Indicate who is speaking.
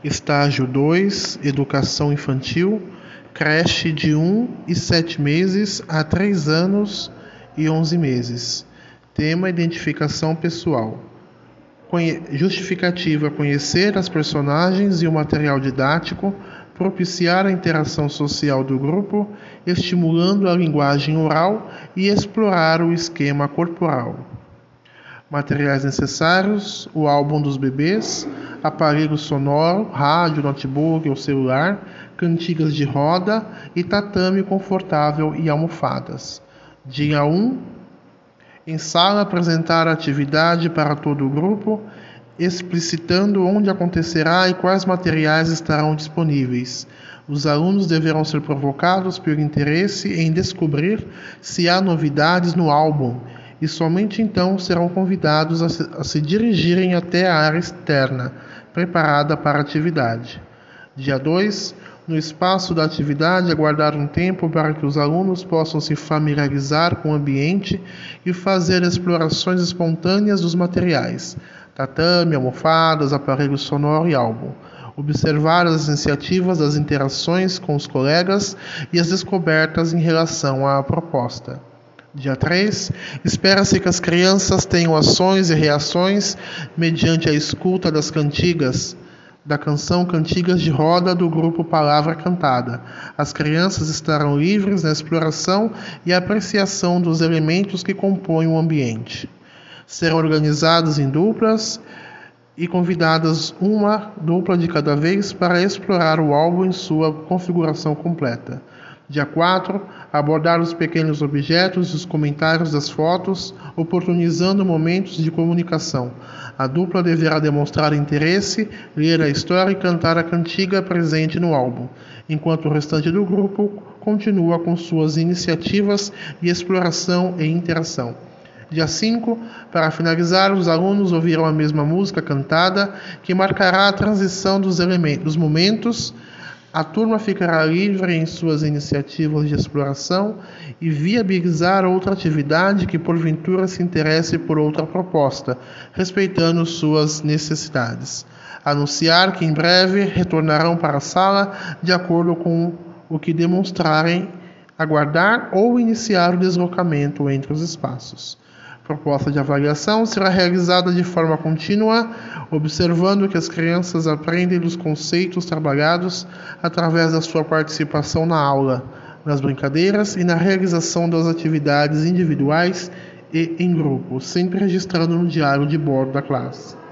Speaker 1: Estágio 2, Educação Infantil, creche de 1 e 7 meses a 3 anos e 11 meses. Tema: identificação pessoal. Justificativa: conhecer as personagens e o material didático, propiciar a interação social do grupo, estimulando a linguagem oral e explorar o esquema corporal. Materiais necessários: o álbum dos bebês, aparelho sonoro, rádio, notebook ou celular, cantigas de roda e tatame confortável e almofadas. Dia 1. Em sala, apresentar a atividade para todo o grupo, explicitando onde acontecerá e quais materiais estarão disponíveis. Os alunos deverão ser provocados pelo interesse em descobrir se há novidades no álbum e somente então serão convidados a se dirigirem até a área externa, preparada para a atividade. Dia 2. No espaço da atividade, aguardar um tempo para que os alunos possam se familiarizar com o ambiente e fazer explorações espontâneas dos materiais: tatame, almofadas, aparelho sonoro e álbum. Observar as iniciativas das interações com os colegas e as descobertas em relação à proposta. Dia 3. Espera-se que as crianças tenham ações e reações mediante a escuta das cantigas da canção Cantigas de Roda do grupo Palavra Cantada. As crianças estarão livres na exploração e apreciação dos elementos que compõem o ambiente. Serão organizadas em duplas e convidadas uma dupla de cada vez para explorar o álbum em sua configuração completa. Dia 4. Abordar os pequenos objetos e os comentários das fotos, oportunizando momentos de comunicação. A dupla deverá demonstrar interesse, ler a história e cantar a cantiga presente no álbum, enquanto o restante do grupo continua com suas iniciativas de exploração e interação. Dia 5. Para finalizar, os alunos ouvirão a mesma música cantada, que marcará a transição dos momentos. A turma ficará livre em suas iniciativas de exploração e viabilizar outra atividade que porventura se interesse por outra proposta, respeitando suas necessidades. Anunciar que em breve retornarão para a sala de acordo com o que demonstrarem, aguardar ou iniciar o deslocamento entre os espaços. Proposta de avaliação será realizada de forma contínua, observando que as crianças aprendem dos conceitos trabalhados através da sua participação na aula, nas brincadeiras e na realização das atividades individuais e em grupo, sempre registrando no diário de bordo da classe.